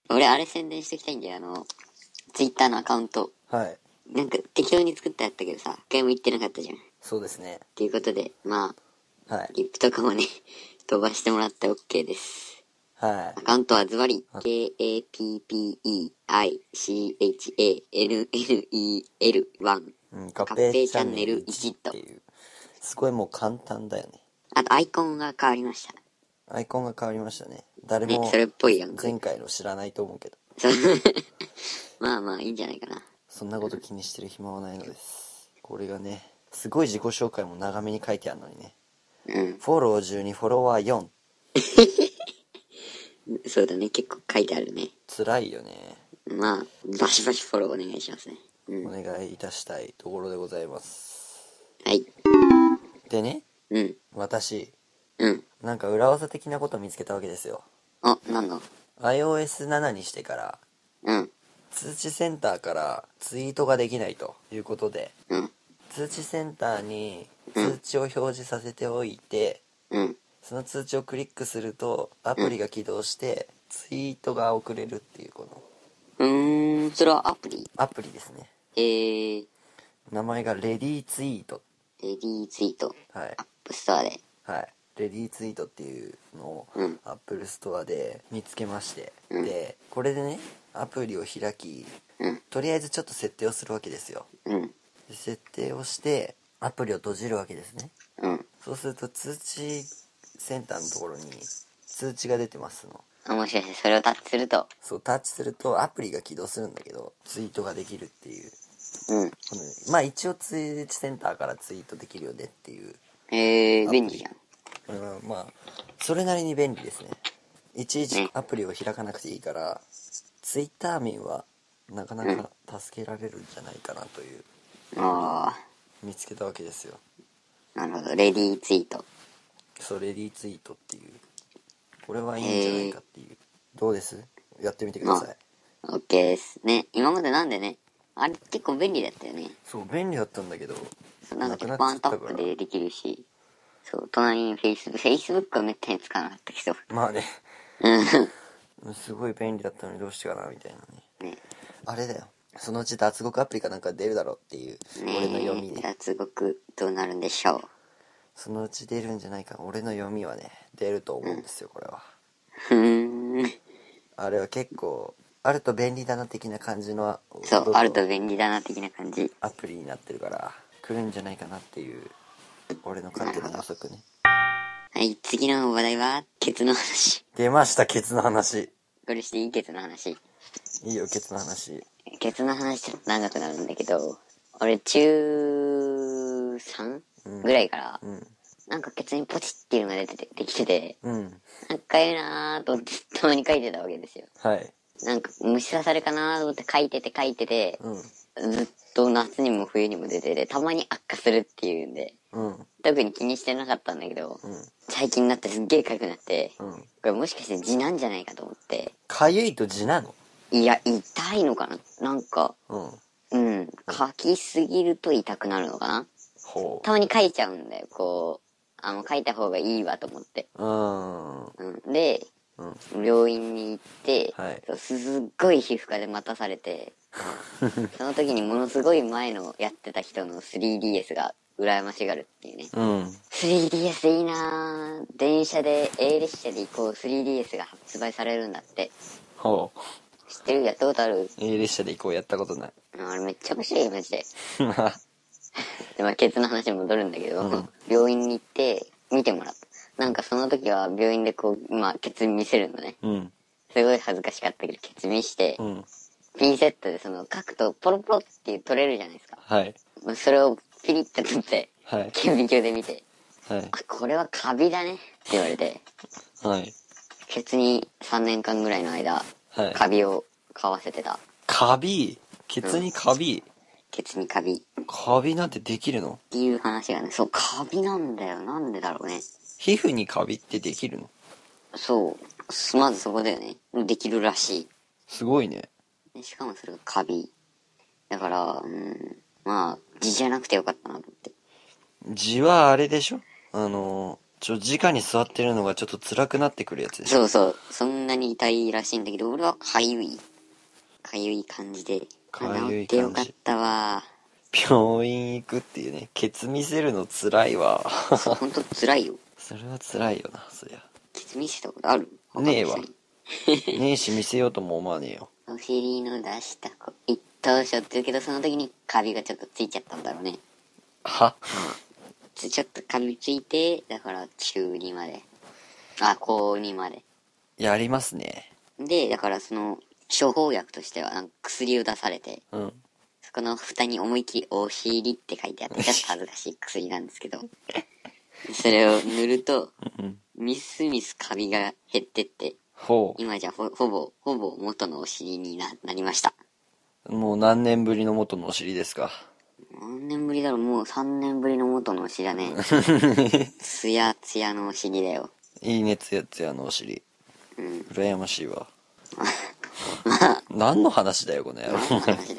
俺あれ宣伝しておきたいんだよ、ツイッターのアカウント。 はい。 なんか適当に作ったやったけどさ、一回も言ってなかったじゃん。 そうですね。 ということで、まあ、 はい。 リップとかもね、飛ばしてもらって OK です。 はアカウントはズバリ、 い。 KAPPEICHANNEL1。 うん、合合併併チャンネチャンネルル1 1っと。 ていう。すごいもう簡単だよね。 あとアイコンが変わりました。 アイコンが変わりましたね。誰ね、 もそれっぽいやんか。 前回の知らないと思うけど。 そうまあまあいいんじゃないかな。 そんなこと気にしてる暇はないのです。これがね、すごい自己紹介も長めに書いてあるのにね。 うん。 フォロー12、フォロワー4。 そうだね、結構書いてあるね。 辛いよね。 まあ、バシバシフォローお願いしますね。 お願いいたしたいところでございます。 はい。 でね、 うん。 私、 うん。 なんか裏技的なことを見つけたわけですよ。 あ、なんだ。 iOS7 にしてからうん。 通知センターからツイートができないということで、 うん。 通知センターに通知を表示させておいて、 うん。 その通知をクリックするとアプリが起動してツイートが送れるっていうこのそれはアプリ？ アプリですね。名前がレディーツイート。 レディーツイート。 はいアップストアで。 はい。レディーツイートっていうのをうんアップルストアで見つけまして、 うんでこれでねアプリを開き、 うんとりあえずちょっと設定をするわけですよ。 うん。 で設定をしてアプリを閉じるわけですね。 うん。 そうすると通知センターのところに通知が出てますの。 あ、もしかしてそれをタッチすると。 そうタッチするとアプリが起動するんだけどツイートができるっていう、 うん。 このまあ一応通知センターからツイートできるよねっていう。 便利じゃん。 これはまあそれなりに便利ですね。いちいちねアプリを開かなくていいから、ツイッター民はなかなか助けられるんじゃないかなという、 あ見つけたわけですよ。 あ、なるほど。レディーツイート。 そうレディーツイートっていう、これはいいんじゃないかっていう。どうです？やってみてください。 オッケーです。ね、今までなんでね、あれ結構便利だったよね。 そう便利だったんだけどなんなくなっかバーンタちゃったから。 ップでできるし、そう、隣にFacebook はめったに使わなかったけど。 まあねうすごい便利だったのにどうしてかなみたいなね。 ん。ねあれだよ、そのうち脱獄アプリかなんか出るだろうっていう俺の読みで、 脱獄どうなるんでしょう。 そのうち出るんじゃないか、俺の読みはね出ると思うんですよこれは。あれは結構あると便利だな的な感じのそう、あると便利だな的な感じ。 アプリになってるから来るんじゃないかなっていう俺の勝手な予測ね。 はい、次の話題は、ケツの話。 出ましたケツの話。 これしていい？ケツの話。 いいよケツの話。 ケツの話ちょっと長くなるんだけど、俺中 3?、ぐらいから、 うんなんかケツにポチっていうのができてて、 うんなんかいいなーと思ってたまに書いてたわけですよ。 はいなんか虫刺されかなーと思って書いてて、 うんずっと夏にも冬にも出てて、たまに悪化するっていうんで、 うん特に気にしてなかったんだけど、 うん最近になってすっげー痒くなって、 うん。 これもしかして痔なんじゃないかと思って。 かゆいと痔なの？ いや、痛いのかな、なんか、 うん書きすぎると痛くなるのかな。 ほたまに書いちゃうんだよ、こう、書いた方がいいわと思って。で、病院に行って、 はいそうすっごい皮膚科で待たされて、その時にものすごい前のやってた人の 3DS が羨ましがるっていうね。3DS いいなぁ。電車で、A 列車で行こう 3DS が発売されるんだって。 ほう。 知ってる？やったことある？ A 列車で行こうやったことない。 あれめっちゃ面白いよ、マジで。で、まあ、ケツの話に戻るんだけど、病院に行って見てもらった。なんかその時は病院でこう、まあ、ケツ見せるのね。すごい恥ずかしかったけど、ケツ見して、ピンセットでその書くとポロポロって取れるじゃないですか。 はい。 それをピリッと取って、 はい顕微鏡で見て、 はいあ、これはカビだねって言われて、 はい。 ケツに3年間ぐらいの間、 はいカビを飼わせてた。 カビ？ケツにカビ？ ケツにカビ。 カビなんてできるの？ っていう話がね、そう、カビなんだよ。なんでだろうね。 皮膚にカビってできるの？ そう。まずそこだよね。できるらしすごいね。 い。しかもそれがカビ。だから、まあ、痔じゃなくてよかったなと思って。 痔はあれでしょ？ 直に座ってるのがちょっと辛くなってくるやつでしょ。 そうそう。そんなに痛いらしいんだけど、俺はかゆい感じで。 かゆい感じ治ってよかったわ。 病院行くっていうね。ケツ見せるの辛いわ。 ほんと辛いよ。 それは辛いよな、そりゃ。 ケツ見せたことある？ ねえわ。 他の人にねえし見せようとも思わねえよ。 お尻の出した子一等賞って言うけど、その時にカビがちょっとついちゃったんだろうね。 はちょっとカビついて、だから中2まで。高2まで。 やりますね。 で、だからその、処方薬としてはなんか薬を出されて、 うん。 そこの蓋に思いっきりお尻って書いてあって、ちょっと恥ずかしい薬なんですけど、それを塗ると、みすみすカビが減ってって、 ほ今じゃほぼ元のお尻になりました。 う。もう何年ぶりの元のお尻ですか。 何年ぶりだろう、もう3年ぶりの元のお尻だね。ツヤツヤのお尻だよ。 いいね、つやつやのお尻。 うん。 羨ましいわ。何の話だよ、この野郎。 何の話だ、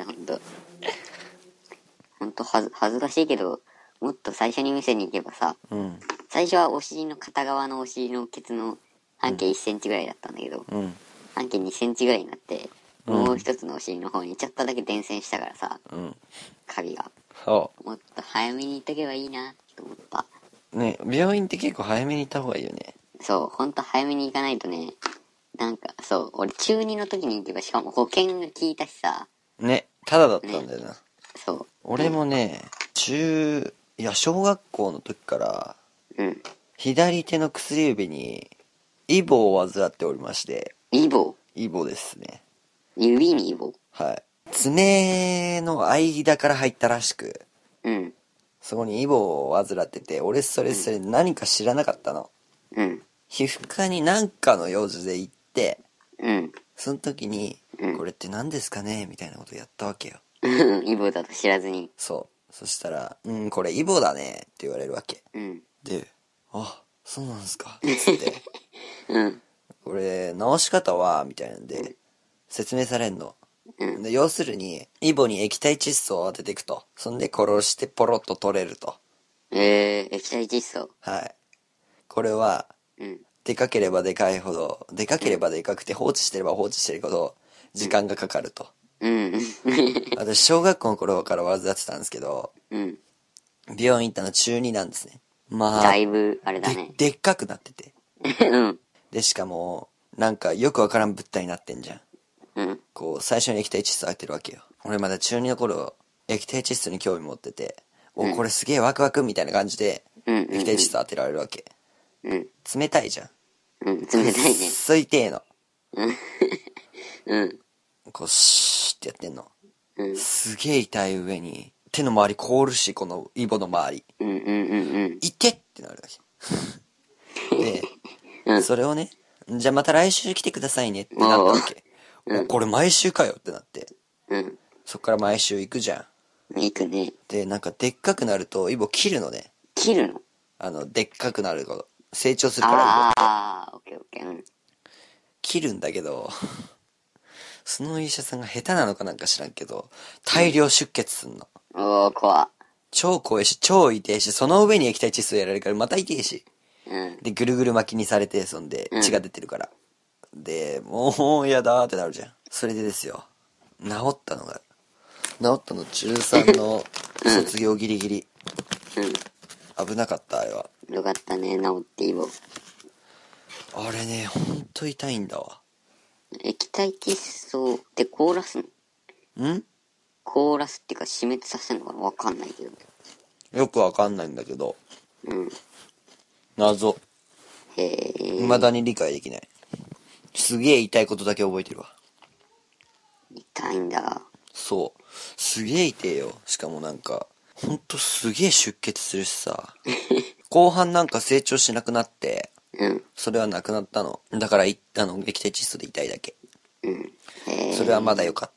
ほんと恥ずかしいけど、もっと最初に店に行けばさ、 うん。 最初はお尻の片側のお尻のケツの半径1センチぐらいだったんだけど、 うん。 半径2センチぐらいになって、もう一つのお尻の方にちょっとだけ伝染したからさ、 うん。 カビが。 そもっと早めに行っとけばいいな、と思った。 う。ね、病院って結構早めに行った方がいいよね。 そう、ほんと早めに行かないとね、なんか、そう、俺中2の時に行けば、しかも保険が効いたしさ、 ね、ただだったんだよな。 そう。 俺もね、小学校の時から、 うん。 左手の薬指に、イボを患っておりまして、 イボイボですね。 指にイボはい。爪の間から入ったらしく、 うん。 そこにイボを患ってて、俺それ何か知らなかったの。 うん。 皮膚科に何かの用事で行って、 うん。 その時に、 うんこれって何ですかねみたいなことやったわけよ。 イボだと知らずに。 そう。そしたら、これイボだねって言われるわけ。 うん。 で、そうなんすかつって、 うん。 これ、治し方はみたいなんで、説明されんの。 うん。 で要するに、イボに液体窒素を当てていくと。そんで殺してポロッと取れると。 液体窒素。 はい。これは、 うん。 でかければでかいほど、でかければでかくて放置してれば放置してるほど、時間がかかると。 うん。 私、小学校の頃から患ってたんですけど、 うん。 病院行ったの中2なんですね。まあ、 だいぶ、あれだね。 でっかくなってて。 うん。 で、しかも、なんかよくわからん物体になってんじゃん。 うん。 こう、最初に液体窒素入ってるわけよ。俺まだ中2の頃、液体窒素に興味持ってて、これすげえワクワクみたいな感じで、液体窒素当てられるわけ。 うん。 冷たいじゃん。 うん。冷たいね。 水低の。 うん。 こう、シーってやってんの。 うん。 すげえ痛い上に、手の周り凍るし、このイボの周り。 うんうんうんうん。 いてってなるわけ。で、それをね、じゃあまた来週来てくださいねってなったわけ。これ毎週かよってなって。 うん。 そっから毎週行くじゃん。 行くね。 で、なんかでっかくなるとイボ切るのね。 切るの？ でっかくなること。成長するからイボって。 オッケーオッケー。うん。 切るんだけど、その医者さんが下手なのかなんか知らんけど、大量出血すんの。 怖っ。 超怖いし、超痛いし、その上に液体窒素やられるからまた痛いし。 うん。 で、ぐるぐる巻きにされて、そんで、血が出てるから。で、もう嫌だーってなるじゃん。それでですよ。治ったの中3の卒業ギリギリ。危なかった、あれは。 よかったね、治ってイボ。 あれね、ほんと痛いんだわ。 液体窒素って凍らすの？凍らすっていうか死滅させるのかな、わかんないけど。 よくわかんないんだけど。 うん。 謎。 へえ。 未だに理解できない。すげえ痛いことだけ覚えてるわ。 痛いんだ。 そう。すげえ痛えよ。しかもなんか、ほんとすげえ出血するしさ。後半なんか成長しなくなって、 うん。 それはなくなったの。だから液体窒素で痛いだけ。 うん。へえ。 それはまだ良かった。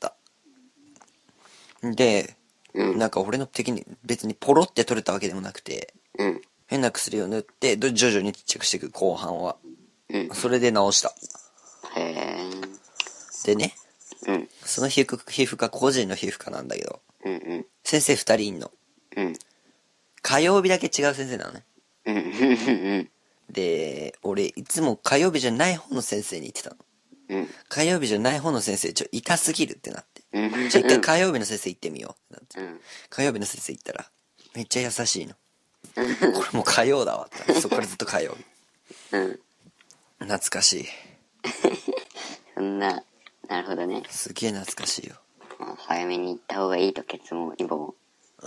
で、なんか俺の敵に別にポロって取れたわけでもなくて、 うん。 変な薬を塗って徐々にちっちゃくしていく後半は。それで治した。 へえ。 でね、 うん。 その皮膚科個人の皮膚科なんだけど、 うんうん。 先生2人いんの。 うん。 火曜日だけ違う先生なのね。 うん。 で、俺いつも火曜日じゃない方の先生に行ってたの。火曜日じゃない方の先生痛すぎるってなって。一回火曜日の先生行ってみようってなって。火曜日の先生行ったら、めっちゃ優しいの。これもう火曜だわって。そこからずっと火曜日。懐かしい。 そんな、なるほどね。 すげえ懐かしいよ。 早めに行った方がいいとケツもイボも。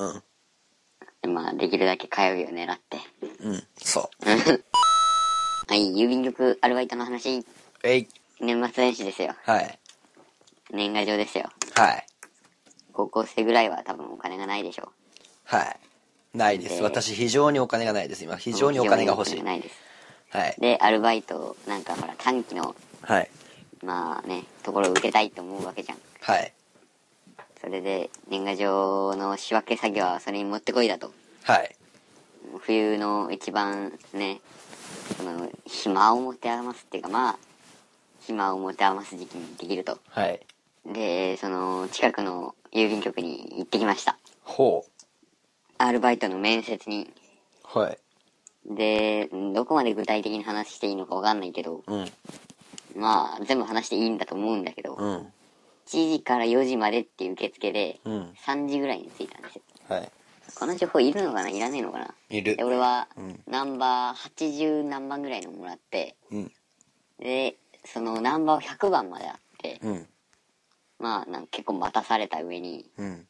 できるだけ火曜日を狙って。 そう。 はい、郵便局アルバイトの話。年末年始ですよ。 はい。 年賀状ですよ。 はい。 高校生ぐらいは多分お金がないでしょう。 はい。ないです。私非常にお金がないです。今非常にお金が欲しい。 ないです。 はい。 で、アルバイト、なんかほら短期の、 はい。 ところを受けたいと思うわけじゃん。 はい。 それで、年賀状の仕分け作業はそれに持ってこいだと。 はい。 冬の一番ね、暇を持て余すっていうか暇を持て余す時期にできると。 はい。 で、近くの郵便局に行ってきました。 ほう。 アルバイトの面接に。 はい。 で、どこまで具体的に話していいのかわかんないけど、全部話していいんだと思うんだけど、1時から4時までっていう受付で、3時ぐらいに着いたんですよ。 はい。 この情報いるのかないらねえのかな。 いる。 で、俺は、ナンバー80何番ぐらいのもらって、で、そのナンバーを100番まであって、結構待たされた上に、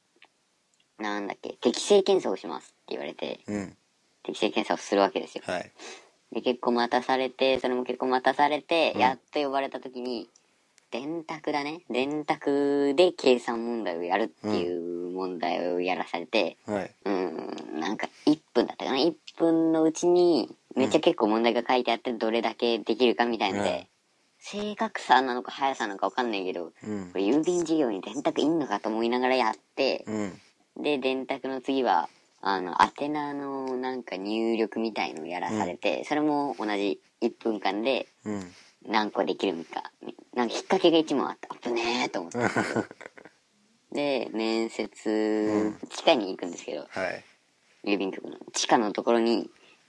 適性検査をしますって言われて、適性検査をするわけですよ。 はい。 で、結構待たされて、それも結構待たされて、やっと呼ばれた時に、電卓だね。電卓で計算問題をやるっていう問題をやらされて、1分だったかな。1分のうちに、めっちゃ結構問題が書いてあって、どれだけできるかみたいので、正確さなのか速さなのかわかんないけど、これ郵便事業に電卓いんのかと思いながらやって、で、電卓の次は、宛名の入力みたいのをやらされて、それも同じ1分間で、何個できるのか。引っ掛けが1問あった。危ねえと思って。で、面接、地下に行くんですけど、郵便局の地下のところに、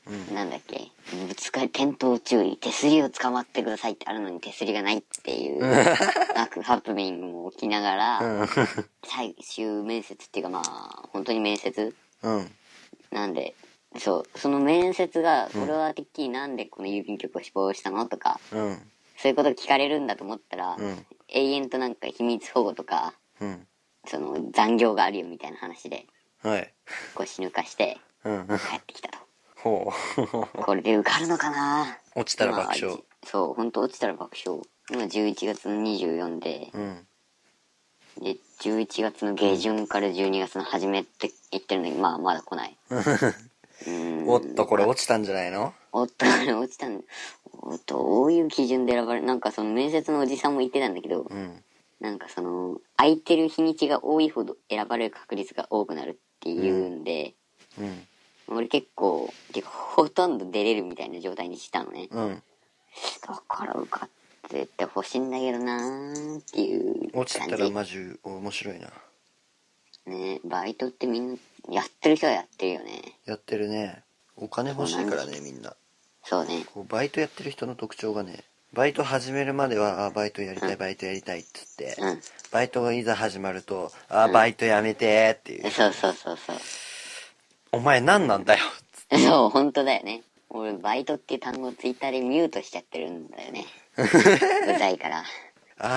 転倒注意、手すりを捕まってくださいってあるのに手すりがないっていう、ハプニングも起きながら、最終面接っていうか本当に面接、なんで、その面接が、これはてっきりなんでこの郵便局を志望したのとか、そういうこと聞かれるんだと思ったら、永遠と秘密保護とか、残業があるよみたいな話で、腰抜かして、帰ってきたと。これで受かるのかな。 落ちたら爆笑。 そう、本当落ちたら爆笑。今11月の24で、で、11月の下旬から12月の初めって言ってるのに、まだ来ない。 おっと、これ落ちたんじゃないの？ これ落ちたんだ。どういう基準で選ばれる？面接のおじさんも言ってたんだけど、空いてる日にちが多いほど選ばれる確率が多くなるっていうんで、俺結構、ほとんど出れるみたいな状態にしたのね。だから受かってってほしいんだけどなーっていう感じ。 落ちたらマジ面白いな。 ね、バイトってみんな、やってる人はやってるよね。 やってるね。お金欲しいからね、みんな。 そうね。 バイトやってる人の特徴がね、バイト始めるまでは、バイトやりたい、バイトやりたいって言って、バイトがいざ始まると、バイトやめてーっていう。 そう。 お前何なんだよ。 そう、本当だよね。俺、バイトっていう単語をツイッターでミュートしちゃってるんだよね。うざいから。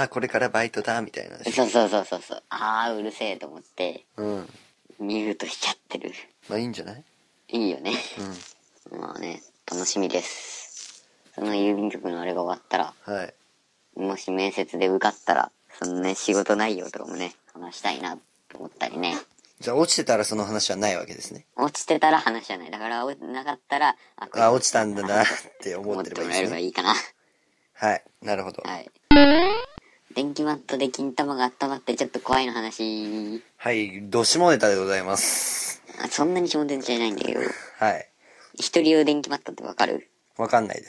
これからバイトだ、みたいな。 そう。うるせえと思って、ミュートしちゃってる。 いいんじゃない？ いいよね。楽しみです。その郵便局のあれが終わったら、もし面接で受かったら、仕事内容とかもね、話したいなと思ったりね。 じゃあ落ちてたらその話はないわけですね。 落ちてたら話はない。だからなかったら、 落ちたんだなって思ってればいいですね。 思ってもらえればいいかな。 はい、なるほど。 電気マットで金玉が温まってちょっと怖いの話。 はい、ど下ネタでございます。 そんなに下ネタじゃないんだけど。 はい。 一人用電気マットってわかる？ わかんないです。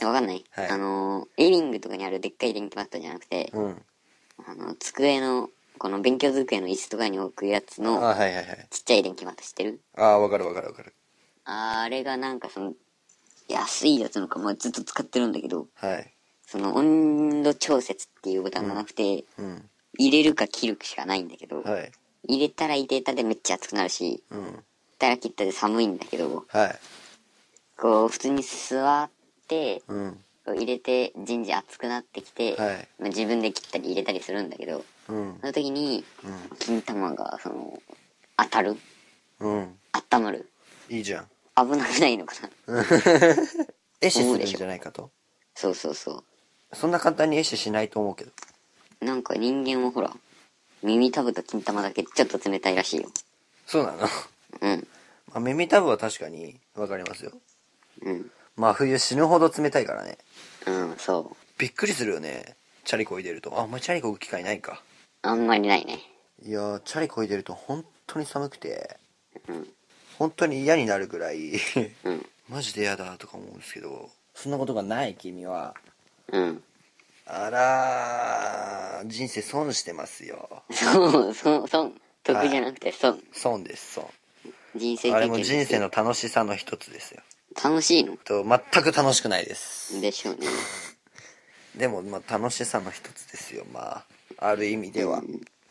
わかんない？リビングとかにあるでっかい電気マットじゃなくて、机の、この勉強机の椅子とかに置くやつの、ちっちゃい電気マット知ってる？ わかる。 あれが安いやつのか、まあずっと使ってるんだけど、 はい。 その温度調節っていうボタンがなくて、 うん。 入れるか切るしかないんだけど、 はい。 入れたら入れたでめっちゃ熱くなるし、 うん。 切ったら切ったで寒いんだけど、 はい。 こう普通に座って、 うん。 こう入れてじんじん熱くなってきて、 はい。 まあ、自分で切ったり入れたりするんだけど、 うん。 その時に、金玉が当たる、 うん。 温まる。 いいじゃん。 危なくないのかな。 壊死するんじゃないかと。 そうそうそそんな簡単に壊死しないと思うけど。 う。なんか人間はほら、耳たぶと金玉だけちょっと冷たいらしいよ。 そうなの。 うん。 まあ、耳たぶは確かにわかりますよ。 うん。 まあ冬死ぬほど冷たいからね。 うん、そう。 びっくりするよね。チャリこいでると。あ、お前チャリこぐ機会ないか。 あんまりないね。 いやー、チャリこいでると本当に寒くて、 うん。 本当に嫌になるぐらいうん。 マジで嫌だとか思うんですけど、そんなことがない君は、 うん。 あらー、人生損してますよ。 損。得じゃなくて損。 損です、損。 人生経験あれも人生の楽しさの一つですよ。 楽しいの全く楽しくないです。 でしょうね。 でも、まあ、楽しさの一つですよ、まあ。ある意味では。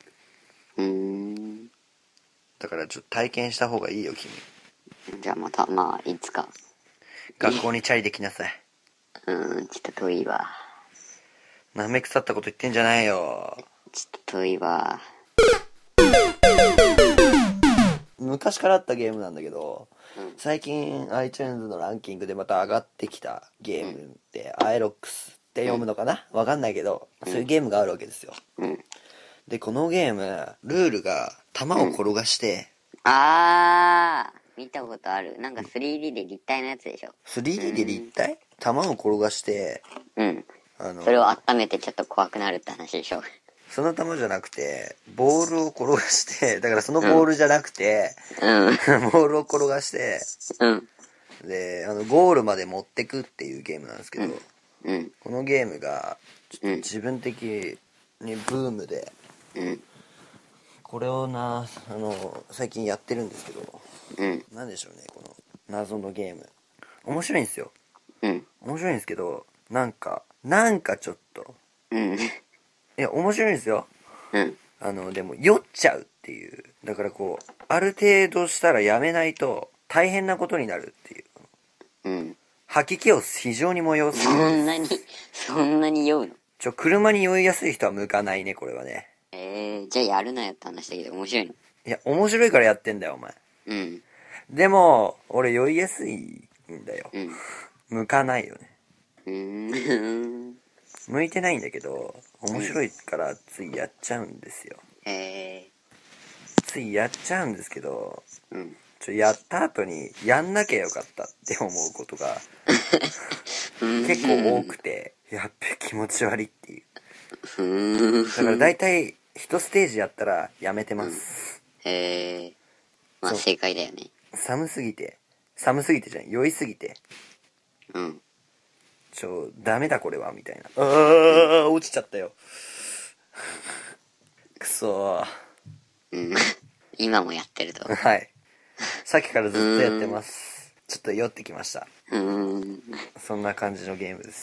だからちょっと体験した方がいいよ、君。 じゃあまた、まあ、いつか。 学校にチャリできなさい。 ちょっと遠いわ。 なめ腐ったこと言ってんじゃないよ。 ちょっと遠いわ。 昔からあったゲームなんだけど、最近 iTunes のランキングでまた上がってきたゲームで、アイロックスって読むのかな、わかんないけど、そういうゲームがあるわけですよ。で、このゲーム、ルールが弾を転がして、 見たことある。なんか 3D で立体のやつでしょ。 3D で立体弾を転がして、 それを温めてちょっと怖くなるって話でしょ。 その球じゃなくて、ボールを転がして、だからそのボールじゃなくて、ボールを転がして、で、ゴールまで持ってくっていうゲームなんですけど、このゲームが、ちょっと自分的にブームで、これを最近やってるんですけど、なんでしょうね、この謎のゲーム。面白いんですよ。面白いんですけど、なんかちょっと、いや、面白いんですよ。でも、酔っちゃうっていう。だからこう、ある程度したらやめないと、大変なことになるっていう。吐き気を非常に催す。 そんなに酔うの？ 車に酔いやすい人は向かないね、これはね。 じゃあやるなよって話だけど、面白いの？ いや、面白いからやってんだよ、お前。でも、俺酔いやすいんだよ。向かないよね。向いてないんだけど、面白いからついやっちゃうんですよ。ついやっちゃうんですけど、やった後にやんなきゃよかったって思うことが結構多くて、やっべ気持ち悪いっていう。だから大体一ステージやったらやめてます。 まあ正解だよね。 寒すぎてじゃん、酔いすぎて。ダメだこれは、みたいな。落ちちゃったよ。くそー。今もやってると。 はい。さっきからずっとやってます。ちょっと酔ってきました。そんな感じのゲームです。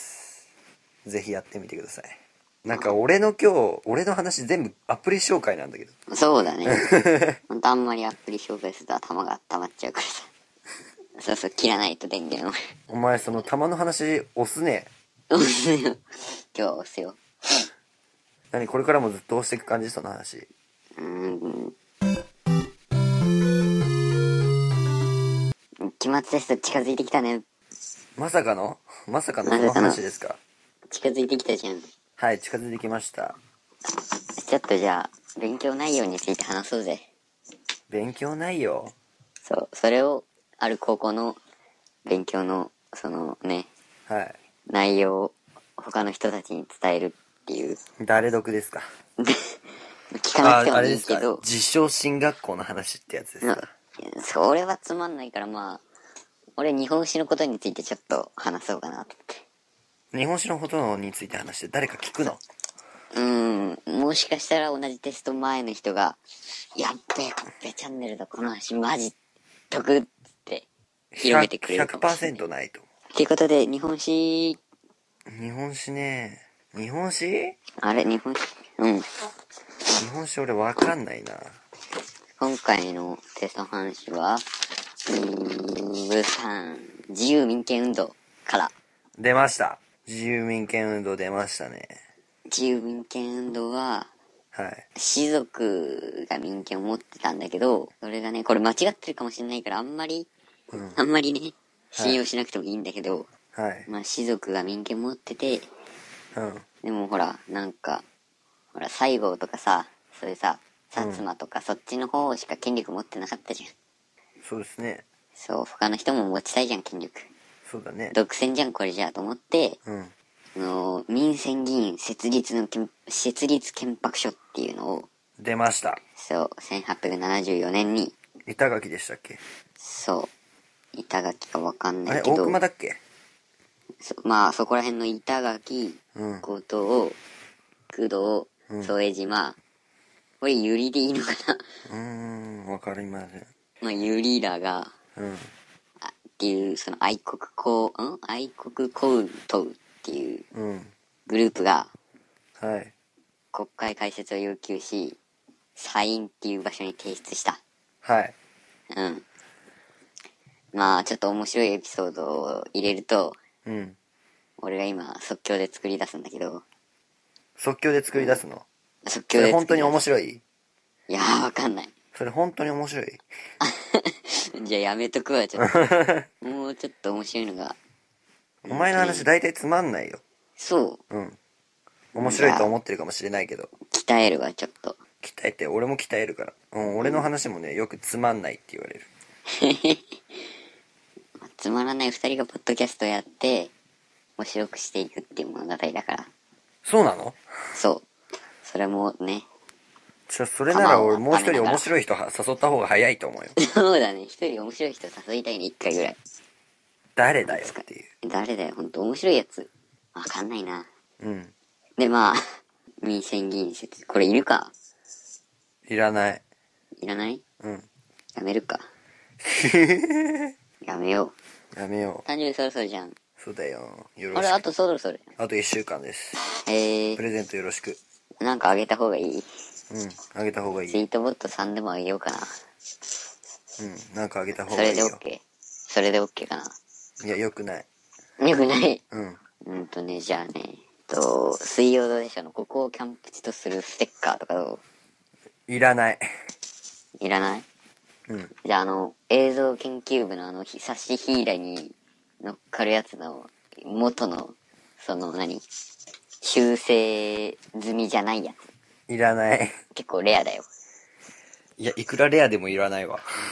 ぜひやってみてください。なんか俺の話全部アプリ紹介なんだけど。 そうだね。ほんとあんまりアプリ紹介すると頭が温まっちゃうからさ。そうそう、切らないと電源を。 お前その玉の話押すね。 押すよ。今日は押すよ。 何これからもずっと押していく感じその話。 期末テスト近づいてきたね。 まさかのその話ですか？ 近づいてきたじゃん。 はい、近づいてきました。 ちょっとじゃあ、勉強内容について話そうぜ。 勉強内容？ そう、それを、ある高校の勉強の、 はい。 内容を他の人たちに伝えるっていう。 誰得ですか？ 聞かなくてもいいけど。 自称進学校の話ってやつですか？ それはつまんないから俺日本史のことについてちょっと話そうかなと思って。 日本史のことについて話して誰か聞くの？ もしかしたら同じテスト前の人が、やっべえ、コッペチャンネルだ、この話マジ得って広めてくれるかもしれない。 100% ないと。 っていうことで、日本史。 日本史ね。日本史あれ、日本史。うん。 日本史俺わかんないな。 今回のテスト話は、自由民権運動から。 出ました。自由民権運動出ましたね。 自由民権運動は、 はい。 士族が民権を持ってたんだけど、それがね、これ間違ってるかもしれないから、あんまりね、信用しなくてもいいんだけど、 はい。 まあ士族が民権持ってて、 うん。 でもほら、なんか、ほら、西郷とかさ、そういうさ、薩摩とかそっちの方しか権力持ってなかったじゃん。 そうですね。 そう、他の人も持ちたいじゃん、権力。 そうだね。 独占じゃん、これじゃあと思って、 うん。 民選議員設立憲白書っていうのを、 出ました。 そう、1874年に、 板垣でしたっけ？ そう、板垣かわかんなあれ、 いけど、 大隈だっけ？ まあそこら辺の板垣、後藤、工藤、副島、これユリでいいのかな？ わかりません。 まあユリらが、 うん。 っていう、その愛国公党っていうグループが、 はい。 国会開設を要求し、サインっていう場所に提出した。 はい。 うん。まあ、ちょっと面白いエピソードを入れると、 うん。 俺が今即興で作り出すんだけど、 即興で作り出すの？ 即興で作り出す。 それ本当に面白い？ いやー、わかんない。 それ本当に面白い？ じゃあやめとくわ、ちょっと。もうちょっと面白いのが。 お前の話大体つまんないよ。 そう。 うん。面白いと思ってるかもしれないけど。 鍛えるわ、ちょっと。 鍛えて、俺も鍛えるから。うん、俺の話もね、よくつまんないって言われる。 つまらない二人がポッドキャストやって、面白くしていくっていう物語だから。 そうなの？ そう。それもね。 それなら俺もう一人面白い人誘った方が早いと思うよ。 そうだね。一人面白い人誘いたいね、一回ぐらい。 誰だよっていう。 誰だよ、ほんと面白いやつ。わかんないな。 うん。 で、まあ、民選議員説。これいるか？ いらない。 いらない？ うん。 やめるか。やめよやめよう。誕生日そろそろじゃん。 そうだよ。よろしく。 あれ、あとそろそろじあと1週間です。 ゃん。 プレゼントよろしく。 なんかあげた方がいい？ うん。あげた方がいい。 ツイートボット3でもあげようかな。 うん。なんかあげた方それでがいいよ。 OK？それで OK かな。 いや、よくない。 よくない。 うん。 じゃあね、水曜どうでしょうのここをキャンプ地とするステッカーとかどいらない。 う？いらない？ うん。 じゃあ映像研究部の差しヒーラに乗っかるやつの元の、修正済みじゃないやつ。 いらない。 結構レアだよ。 いや、いくらレアでもいらないわ。